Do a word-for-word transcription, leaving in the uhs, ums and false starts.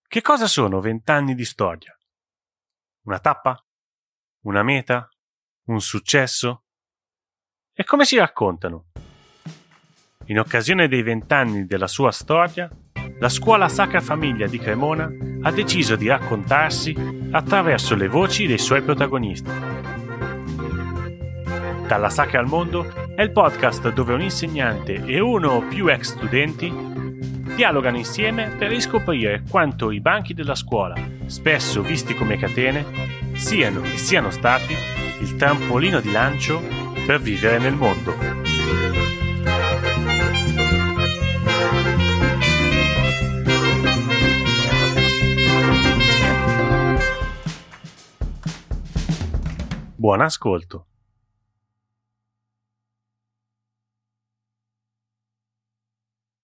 Che cosa sono vent'anni di storia? Una tappa? Una meta? Un successo? E come si raccontano? In occasione dei vent'anni della sua storia, la Scuola Sacra Famiglia di Cremona ha deciso di raccontarsi attraverso le voci dei suoi protagonisti. Dalla Sacra al Mondo è il podcast dove un insegnante e uno o più ex studenti dialogano insieme per riscoprire quanto i banchi della scuola, spesso visti come catene, siano e siano stati il trampolino di lancio per vivere nel mondo. Buon ascolto.